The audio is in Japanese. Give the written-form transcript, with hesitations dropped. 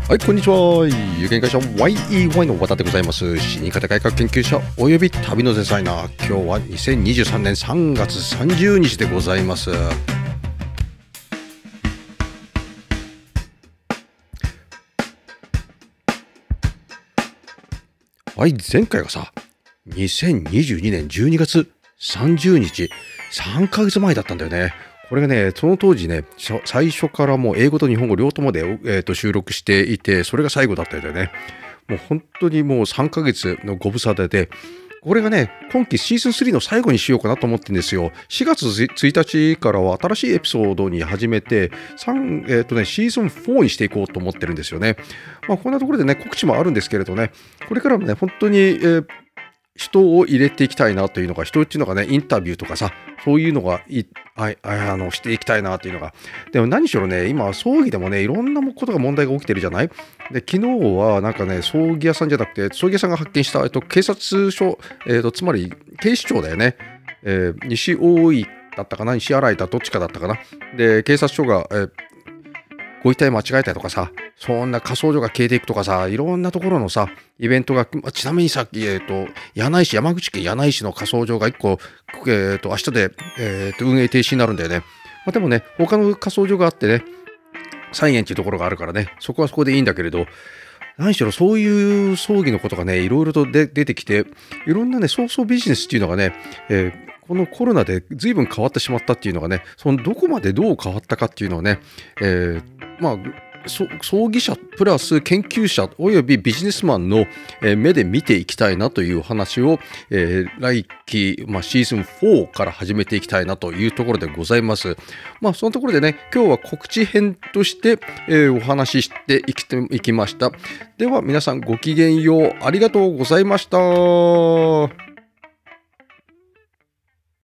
はい、こんにちは。有限会社 YEY の和田でございます。死に方改革研究者および旅のデザイナー。今日は2023年3月30日でございます。はい、前回がさ、2022年12月30日、3ヶ月前だったんだよね。これがね、その当時ね、最初からもう英語と日本語両ともで、収録していて、それが最後だったんだよね。もう本当にもう3ヶ月のご無沙汰で、これがね、今期シーズン3の最後にしようかなと思ってるんですよ。4月1日からは新しいエピソードに始めて、シーズン4にしていこうと思ってるんですよね。まあ、こんなところでね、告知もあるんですけれどね、これからもね、本当に、人を入れていきたいなというのが、人っていうのがね、インタビューとかさ、そういうのがしていきたいなというのが。でも何しろね、今、葬儀でもね、いろんなことが問題が起きてるじゃない。で、昨日はなんかね、葬儀屋さんじゃなくて、葬儀屋さんが発見した、警察署、つまり警視庁だよね。西大井だったかな、西新井だ、どっちかだったかな。で、警察署が、ご遺体間違えたりとかさ、そんな火葬場が消えていくとかさ、いろんなところのさ、イベントが、ちなみにさ、山口県柳井市の火葬場が1個、明日で、運営停止になるんだよね。まあ、でもね、他の火葬場があってね、西園っていうところがあるからね、そこはそこでいいんだけれど、何しろそういう葬儀のことがね、いろいろと出てきて、いろんなね、葬ビジネスっていうのがね、このコロナで随分変わってしまったっていうのがね、そのどこまでどう変わったかっていうのをね、まあ葬儀者プラス研究者およびビジネスマンの目で見ていきたいなという話を、来期、シーズン4から始めていきたいなというところでございます。まあそのところでね、今日は告知編として、お話ししていきました。では皆さんごきげんよう、ありがとうございました。